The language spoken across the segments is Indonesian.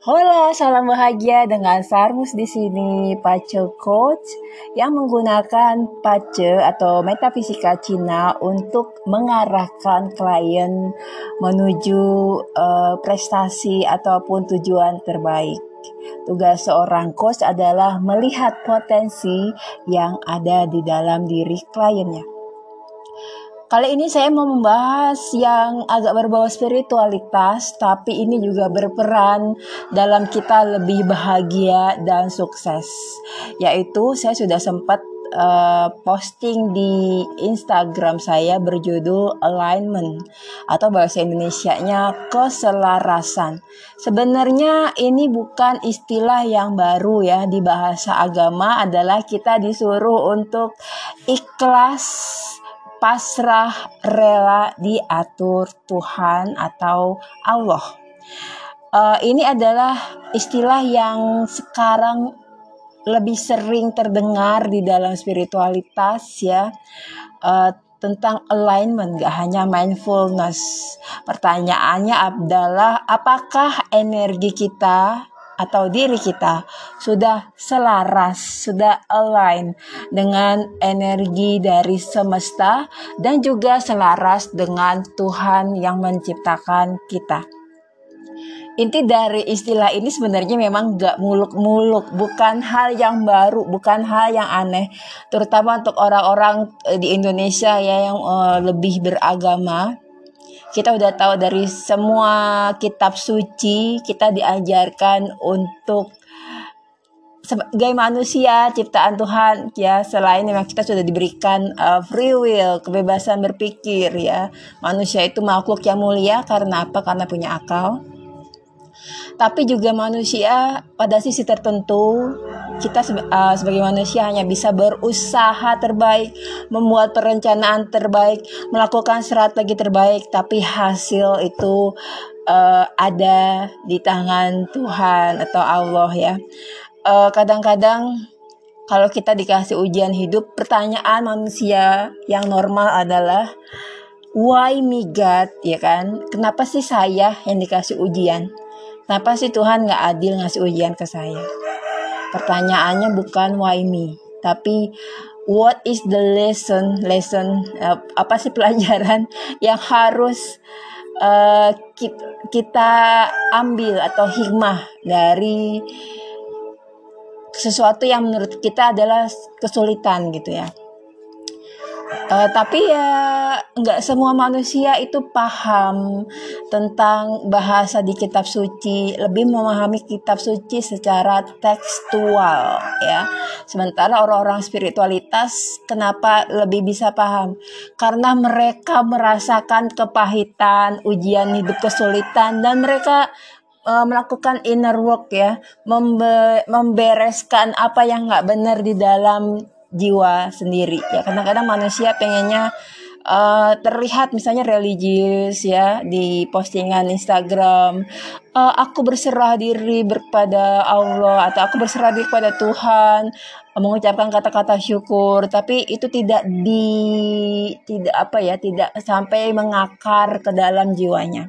Hola, salam bahagia dengan Sarmus di sini, Pace Coach yang menggunakan Pace atau metafisika Cina untuk mengarahkan klien menuju prestasi ataupun tujuan terbaik. Tugas seorang coach adalah melihat potensi yang ada di dalam diri kliennya. Kali ini saya mau membahas yang agak berbau spiritualitas, tapi ini juga berperan dalam kita lebih bahagia dan sukses. Yaitu saya sudah sempat posting di Instagram saya berjudul alignment atau bahasa Indonesianya keselarasan. Sebenarnya ini bukan istilah yang baru ya, di bahasa agama adalah kita disuruh untuk ikhlas, pasrah, rela diatur Tuhan atau Allah. Ini adalah istilah yang sekarang lebih sering terdengar di dalam spiritualitas ya, tentang alignment, gak hanya mindfulness. Pertanyaannya adalah apakah energi kita atau diri kita sudah selaras, sudah align dengan energi dari semesta dan juga selaras dengan Tuhan yang menciptakan kita. Inti dari istilah ini sebenarnya memang gak muluk-muluk, bukan hal yang baru, bukan hal yang aneh, terutama untuk orang-orang di Indonesia ya yang lebih beragama. Kita udah tahu dari semua kitab suci, kita diajarkan untuk sebagai manusia ciptaan Tuhan ya, selain memang kita sudah diberikan free will, kebebasan berpikir ya. Manusia itu makhluk yang mulia karena apa? Karena punya akal. Tapi juga manusia pada sisi tertentu kita sebagai manusia hanya bisa berusaha terbaik, membuat perencanaan terbaik, melakukan strategi terbaik, tapi hasil itu ada di tangan Tuhan atau Allah ya. Kadang-kadang kalau kita dikasih ujian hidup, pertanyaan manusia yang normal adalah why me God, ya kan? Kenapa sih saya yang dikasih ujian? Kenapa sih Tuhan gak adil ngasih ujian ke saya? Pertanyaannya bukan why me, tapi what is the lesson, apa sih pelajaran yang harus kita ambil atau hikmah dari sesuatu yang menurut kita adalah kesulitan gitu ya. Tapi ya nggak semua manusia itu paham tentang bahasa di kitab suci, lebih memahami kitab suci secara tekstual ya. Sementara orang-orang spiritualitas kenapa lebih bisa paham? Karena mereka merasakan kepahitan, ujian hidup, kesulitan, dan mereka melakukan inner work ya, membereskan apa yang nggak benar di dalam jiwa sendiri ya. Kadang-kadang manusia pengennya terlihat misalnya religius ya di postingan Instagram, aku berserah diri kepada Allah atau aku berserah diri kepada Tuhan, mengucapkan kata-kata syukur, tapi itu tidak sampai mengakar ke dalam jiwanya.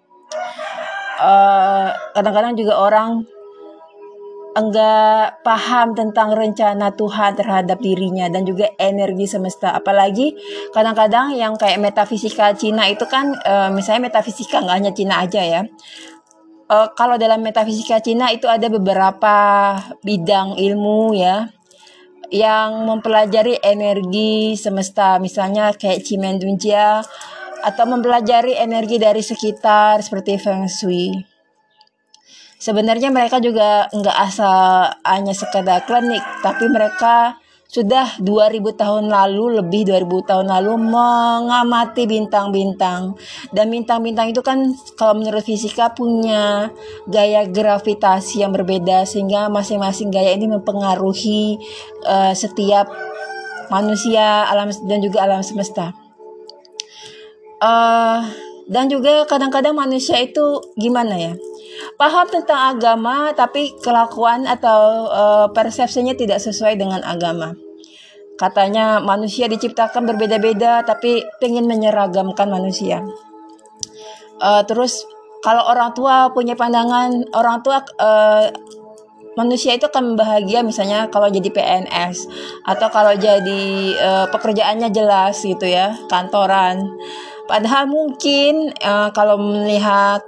Kadang-kadang juga orang enggak paham tentang rencana Tuhan terhadap dirinya dan juga energi semesta. Apalagi kadang-kadang yang kayak metafisika Cina itu kan, misalnya metafisika nggak hanya Cina aja ya. Kalau dalam metafisika Cina itu ada beberapa bidang ilmu ya yang mempelajari energi semesta, misalnya kayak Qimendunjia, atau mempelajari energi dari sekitar seperti Feng Shui. Sebenarnya mereka juga nggak asal hanya sekedar klinik, tapi mereka sudah 2000 tahun lalu, lebih 2000 tahun lalu mengamati bintang-bintang. Dan bintang-bintang itu kan kalau menurut fisika punya gaya gravitasi yang berbeda, sehingga masing-masing gaya ini mempengaruhi setiap manusia, alam dan juga alam semesta. Dan juga kadang-kadang manusia itu gimana ya, paham tentang agama tapi kelakuan atau persepsinya tidak sesuai dengan agama. Katanya manusia diciptakan berbeda-beda tapi pengen menyeragamkan manusia. Terus Kalau orang tua punya pandangan, orang tua manusia itu akan bahagia misalnya kalau jadi PNS atau kalau jadi pekerjaannya jelas gitu ya, kantoran. Padahal mungkin kalau melihat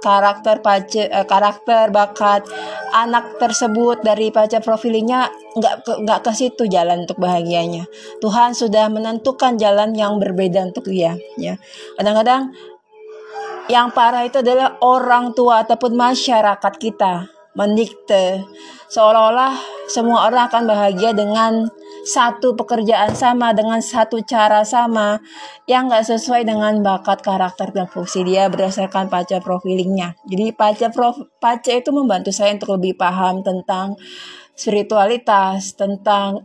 karakter bakat anak tersebut dari baca profilnya nggak ke situ jalan untuk bahagianya. Tuhan sudah menentukan jalan yang berbeda untuk dia. Ya, kadang-kadang yang parah itu adalah orang tua ataupun masyarakat kita mendikte seolah-olah semua orang akan bahagia dengan satu pekerjaan sama, dengan satu cara sama yang nggak sesuai dengan bakat, karakter, dan fungsi dia berdasarkan paca profilingnya. Jadi paca itu membantu saya untuk lebih paham tentang spiritualitas, tentang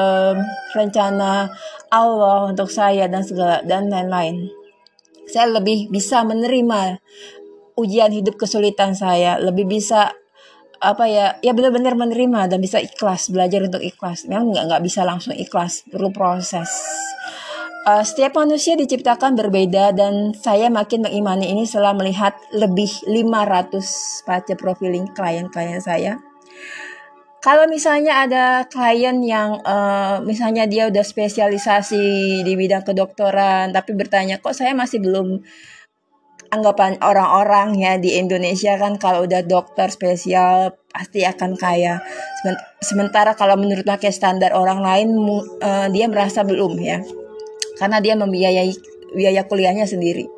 rencana Allah untuk saya dan segala dan lain-lain. Saya lebih bisa menerima ujian hidup, kesulitan saya, lebih bisa benar-benar menerima dan bisa ikhlas, belajar untuk ikhlas. Memang nggak bisa langsung ikhlas, perlu proses. Setiap manusia diciptakan berbeda dan saya makin mengimani ini setelah melihat lebih 500 paca profiling klien-klien saya. Kalau misalnya ada klien yang misalnya dia udah spesialisasi di bidang kedokteran tapi bertanya kok saya masih belum, anggapan orang-orang ya di Indonesia kan kalau udah dokter spesial pasti akan kaya. Sementara kalau menurut pakai standar orang lain dia merasa belum ya. Karena dia membiayai biaya kuliahnya sendiri.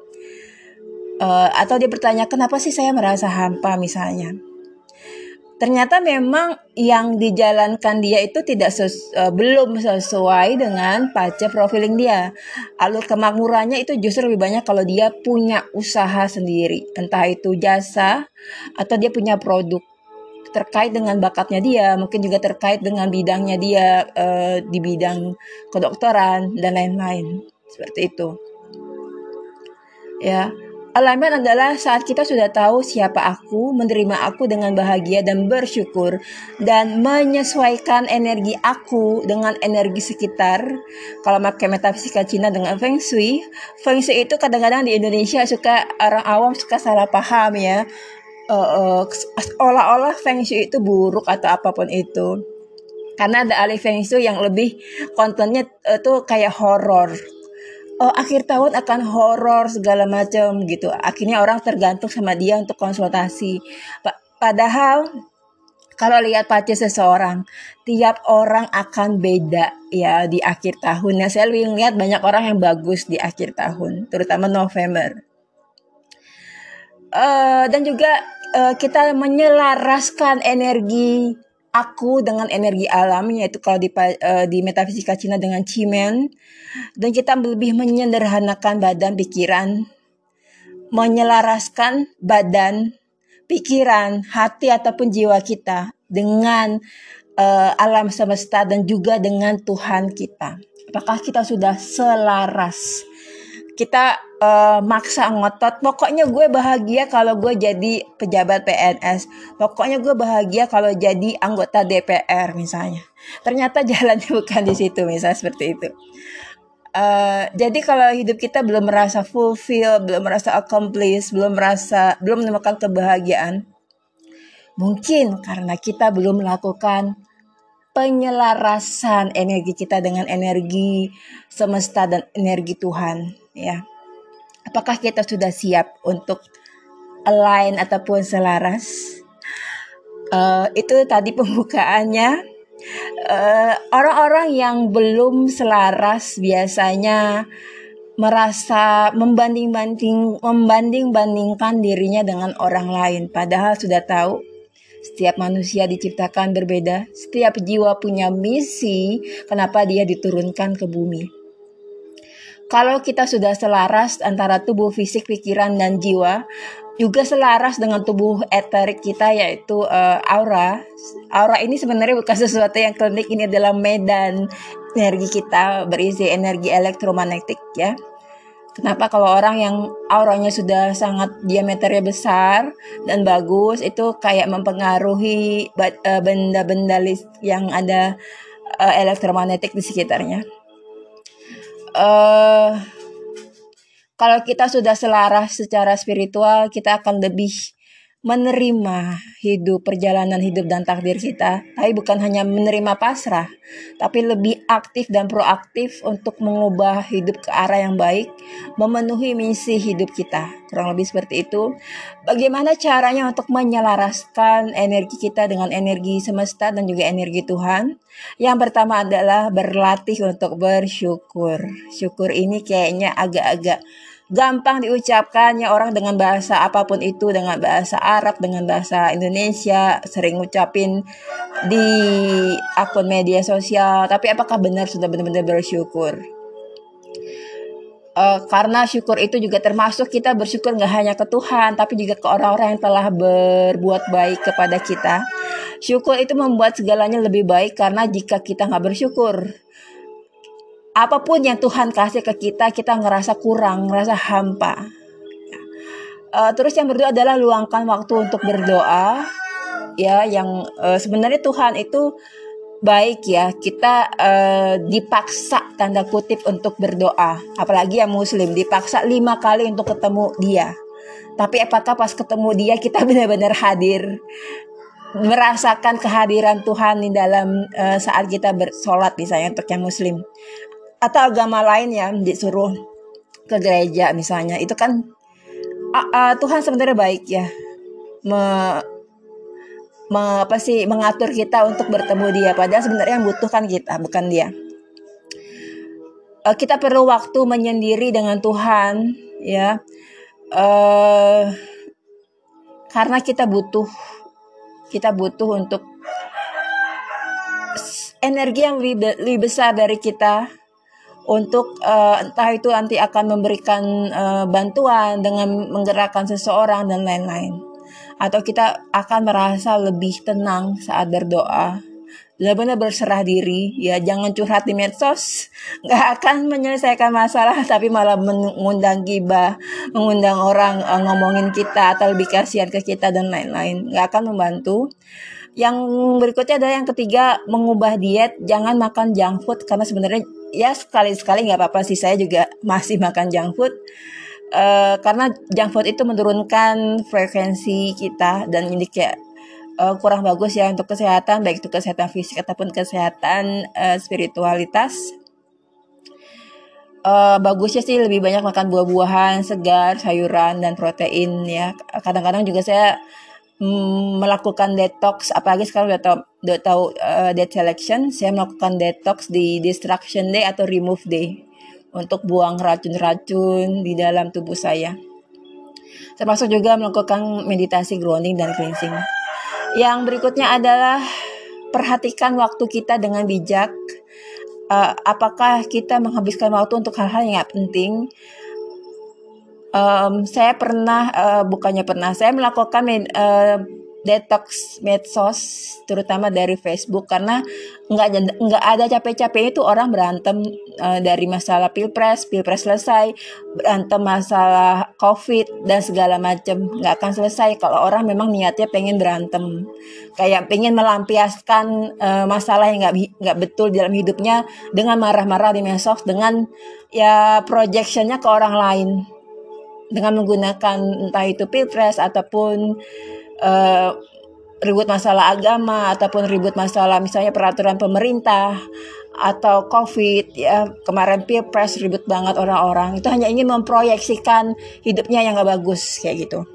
Atau dia bertanya kenapa sih saya merasa hampa misalnya. Ternyata memang yang dijalankan dia itu belum sesuai dengan paca profiling dia. Alur kemakmurannya itu justru lebih banyak kalau dia punya usaha sendiri, entah itu jasa atau dia punya produk terkait dengan bakatnya dia, mungkin juga terkait dengan bidangnya dia di bidang kedokteran dan lain-lain. Seperti itu. Ya. Alignment adalah saat kita sudah tahu siapa aku, menerima aku dengan bahagia dan bersyukur, dan menyesuaikan energi aku dengan energi sekitar. Kalau pakai metafisika Cina dengan Feng Shui itu kadang-kadang di Indonesia orang awam suka salah paham ya. Olah-olah Feng Shui itu buruk atau apapun itu. Karena ada ahli Feng Shui yang lebih kontennya tuh kayak horor. Akhir tahun akan horor segala macam gitu. Akhirnya orang tergantung sama dia untuk konsultasi. Padahal kalau lihat pace seseorang, tiap orang akan beda ya di akhir tahunnya. Saya lebih lihat banyak orang yang bagus di akhir tahun, terutama November. Dan juga kita menyelaraskan energi aku dengan energi alam, yaitu kalau di metafisika Cina dengan Qimen, dan kita lebih menyederhanakan badan pikiran, menyelaraskan badan, pikiran, hati ataupun jiwa kita dengan alam semesta dan juga dengan Tuhan kita. Apakah kita sudah selaras? Kita maksa ngotot, pokoknya gue bahagia kalau gue jadi pejabat PNS, pokoknya gue bahagia kalau jadi anggota DPR misalnya. Ternyata jalannya bukan di situ, misalnya seperti itu. Jadi kalau hidup kita belum merasa fulfill, belum merasa accomplished, belum menemukan kebahagiaan, mungkin karena kita belum melakukan penyelarasan energi kita dengan energi semesta dan energi Tuhan, ya. Apakah kita sudah siap untuk align ataupun selaras? Itu tadi pembukaannya. Orang-orang yang belum selaras biasanya merasa membanding-bandingkan dirinya dengan orang lain, padahal sudah tahu setiap manusia diciptakan berbeda, setiap jiwa punya misi kenapa dia diturunkan ke bumi. Kalau kita sudah selaras antara tubuh, fisik, pikiran, dan jiwa, juga selaras dengan tubuh eterik kita, yaitu aura. Aura ini sebenarnya bukan sesuatu yang klinik, ini adalah medan energi kita berisi energi elektromagnetik ya. Kenapa kalau orang yang auranya sudah sangat diameternya besar dan bagus, itu kayak mempengaruhi benda-benda yang ada elektromagnetik di sekitarnya. Kalau kita sudah selaras secara spiritual, kita akan lebih menerima hidup, perjalanan hidup dan takdir kita, tapi bukan hanya menerima pasrah, tapi lebih aktif dan proaktif untuk mengubah hidup ke arah yang baik, memenuhi misi hidup kita. Kurang lebih seperti itu. Bagaimana caranya untuk menyelaraskan energi kita dengan energi semesta dan juga energi Tuhan? Yang pertama adalah berlatih untuk bersyukur. Syukur ini kayaknya agak-agak gampang diucapkannya orang dengan bahasa apapun itu, dengan bahasa Arab, dengan bahasa Indonesia, sering ngucapin di akun media sosial. Tapi apakah benar sudah benar-benar bersyukur? Karena syukur itu juga termasuk kita bersyukur nggak hanya ke Tuhan, tapi juga ke orang-orang yang telah berbuat baik kepada kita. Syukur itu membuat segalanya lebih baik, karena jika kita nggak bersyukur, apapun yang Tuhan kasih ke kita, kita ngerasa kurang, ngerasa hampa. Terus yang kedua adalah luangkan waktu untuk berdoa. Ya, yang sebenarnya Tuhan itu baik ya, kita dipaksa tanda kutip untuk berdoa. Apalagi yang muslim, dipaksa 5 kali untuk ketemu dia. Tapi apakah pas ketemu dia kita benar-benar hadir, merasakan kehadiran Tuhan di dalam saat kita bersolat misalnya untuk yang muslim. Atau agama lain yang disuruh ke gereja misalnya, itu kan Tuhan sebenarnya baik ya, mengatur kita untuk bertemu dia, padahal sebenarnya yang butuhkan kita, bukan dia. Kita perlu waktu menyendiri dengan Tuhan ya, karena kita butuh untuk energi yang lebih besar dari kita, untuk entah itu nanti akan memberikan bantuan dengan menggerakkan seseorang dan lain-lain. Atau kita akan merasa lebih tenang saat berdoa, benar-benar berserah diri ya, jangan curhat di medsos, nggak akan menyelesaikan masalah, tapi malah mengundang gibah, mengundang orang ngomongin kita atau lebih kasihan ke kita dan lain-lain, nggak akan membantu. Yang berikutnya adalah yang ketiga, mengubah diet. Jangan makan junk food, karena sebenarnya ya sekali-sekali nggak apa-apa sih, saya juga masih makan junk food. Karena junk food itu menurunkan frekuensi kita, dan ini kayak kurang bagus ya untuk kesehatan, baik itu kesehatan fisik ataupun kesehatan spiritualitas. Bagusnya sih lebih banyak makan buah-buahan segar, sayuran, dan protein ya. Kadang-kadang juga saya melakukan detox, apalagi sekarang udah tahu debt selection, saya melakukan detox di destruction day atau remove day untuk buang racun-racun di dalam tubuh saya. Termasuk juga melakukan meditasi grounding dan cleansing. Yang berikutnya adalah perhatikan waktu kita dengan bijak. Apakah kita menghabiskan waktu untuk hal-hal yang gak penting? Saya melakukan detox medsos, terutama dari Facebook, karena nggak ada capek-capeknya itu orang berantem dari masalah pilpres selesai, berantem masalah COVID dan segala macam, nggak akan selesai kalau orang memang niatnya pengen berantem, kayak pengen melampiaskan masalah yang nggak betul dalam hidupnya dengan marah-marah di medsos, dengan ya projectionnya ke orang lain, dengan menggunakan entah itu pilpres ataupun ribut masalah agama, ataupun ribut masalah misalnya peraturan pemerintah atau COVID ya, kemarin pilpres ribut banget orang-orang, itu hanya ingin memproyeksikan hidupnya yang gak bagus kayak gitu.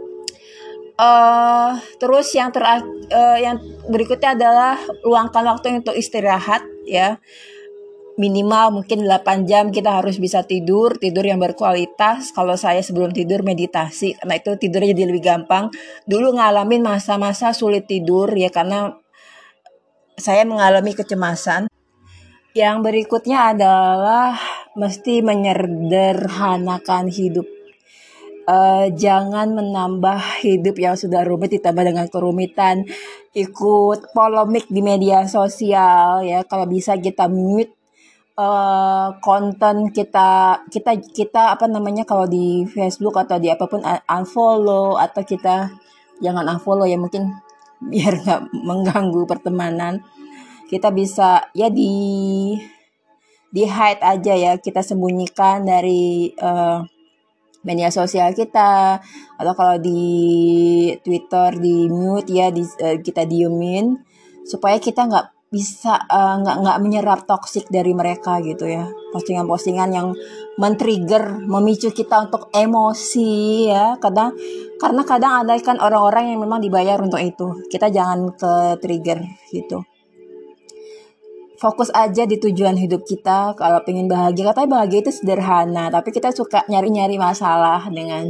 Terus yang berikutnya adalah luangkan waktu untuk istirahat ya. Minimal mungkin 8 jam kita harus bisa tidur yang berkualitas. Kalau saya sebelum tidur meditasi, karena itu tidurnya jadi lebih gampang. Dulu ngalamin masa-masa sulit tidur ya, karena saya mengalami kecemasan. Yang berikutnya adalah mesti menyederhanakan hidup. Jangan menambah hidup yang sudah rumit ditambah dengan kerumitan, ikut polemik di media sosial ya. Kalau bisa kita mute konten kita kalau di Facebook atau di apapun, unfollow, atau kita jangan unfollow ya, mungkin biar nggak mengganggu pertemanan. Kita bisa ya di hide aja ya, kita sembunyikan dari media sosial kita, atau kalau di Twitter di mute ya, kita diemin supaya kita nggak bisa nggak menyerap toksik dari mereka gitu ya, postingan-postingan yang men-trigger, memicu kita untuk emosi ya. Karena kadang ada kan orang-orang yang memang dibayar untuk itu, kita jangan ke trigger gitu. Fokus aja di tujuan hidup kita. Kalau pengen bahagia, katanya bahagia itu sederhana, tapi kita suka nyari-nyari masalah dengan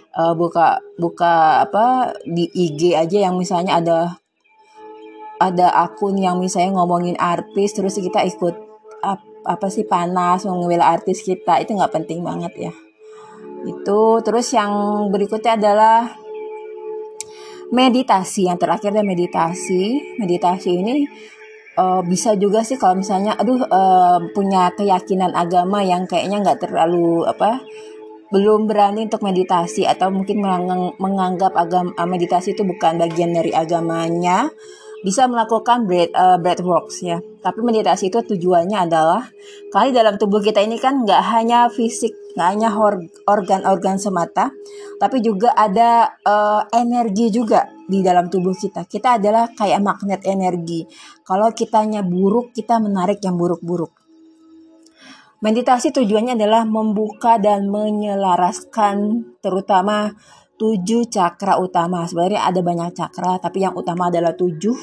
buka apa di IG aja, yang misalnya ada akun yang misalnya ngomongin artis, terus kita ikut apa sih, panas membela artis kita. Itu nggak penting banget ya. Itu terus yang berikutnya adalah meditasi. Yang terakhir adalah meditasi ini bisa juga sih kalau misalnya punya keyakinan agama yang kayaknya nggak terlalu belum berani untuk meditasi, atau mungkin menganggap meditasi itu bukan bagian dari agamanya, bisa melakukan breathworks ya. Tapi meditasi itu tujuannya adalah, kali dalam tubuh kita ini kan nggak hanya fisik, nggak hanya organ-organ semata, tapi juga ada energi juga di dalam tubuh kita. Kita adalah kayak magnet energi. Kalau kitanya buruk, kita menarik yang buruk-buruk. Meditasi tujuannya adalah membuka dan menyelaraskan terutama 7 cakra utama. Sebenarnya ada banyak cakra, tapi yang utama adalah 7.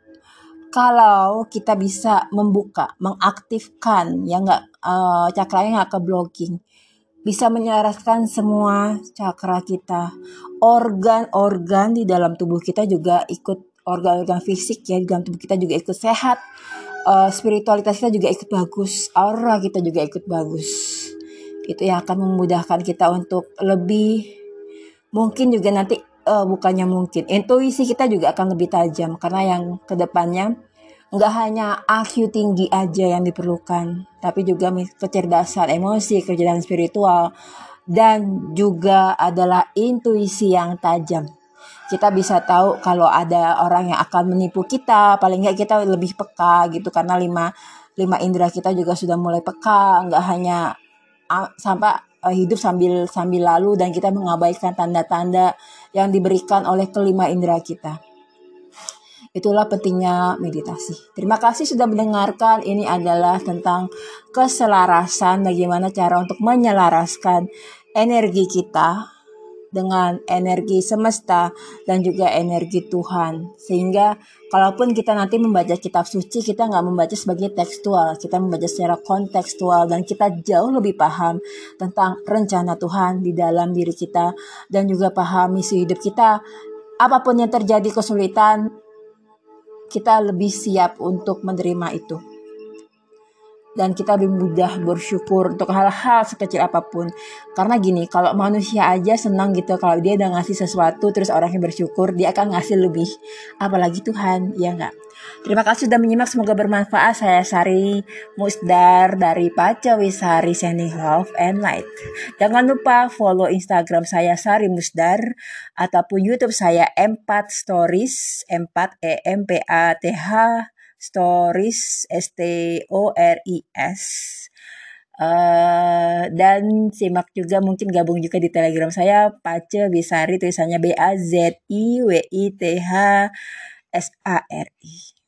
Kalau kita bisa membuka, mengaktifkan, ya cakranya nggak ke blocking, bisa menyelaraskan semua cakra kita. Organ-organ di dalam tubuh kita juga ikut, organ-organ fisik ya di dalam tubuh kita juga ikut sehat. Spiritualitas kita juga ikut bagus, aura kita juga ikut bagus. Itu yang akan memudahkan kita untuk lebih, mungkin juga nanti bukannya mungkin, intuisi kita juga akan lebih tajam, karena yang kedepannya nggak hanya IQ tinggi aja yang diperlukan, tapi juga kecerdasan emosi, kecerdasan spiritual, dan juga adalah intuisi yang tajam. Kita bisa tahu kalau ada orang yang akan menipu kita, paling nggak kita lebih peka gitu, karena lima indera kita juga sudah mulai peka, nggak hanya sampai hidup sambil lalu dan kita mengabaikan tanda-tanda yang diberikan oleh kelima indera kita. Itulah pentingnya meditasi. Terima kasih sudah mendengarkan. Ini adalah tentang keselarasan, bagaimana cara untuk menyelaraskan energi kita dengan energi semesta dan juga energi Tuhan. Sehingga kalaupun kita nanti membaca kitab suci, kita nggak membaca sebagai tekstual, kita membaca secara kontekstual, dan kita jauh lebih paham tentang rencana Tuhan di dalam diri kita, dan juga paham misi hidup kita. Apapun yang terjadi kesulitan, kita lebih siap untuk menerima itu. Dan kita lebih mudah bersyukur untuk hal-hal sekecil apapun. Karena gini, kalau manusia aja senang gitu, kalau dia udah ngasih sesuatu terus orangnya bersyukur, dia akan ngasih lebih. Apalagi Tuhan, ya enggak? Terima kasih sudah menyimak, semoga bermanfaat. Saya Sari Musdar dari Pacawisari Sending Love and Light. Jangan lupa follow Instagram saya Sari Musdar, ataupun YouTube saya Empat Stories, 4 EMPATH Stories, STORIS. Dan simak juga, mungkin gabung juga di Telegram saya Pace Wisari, tulisannya BAZIWITHSARI.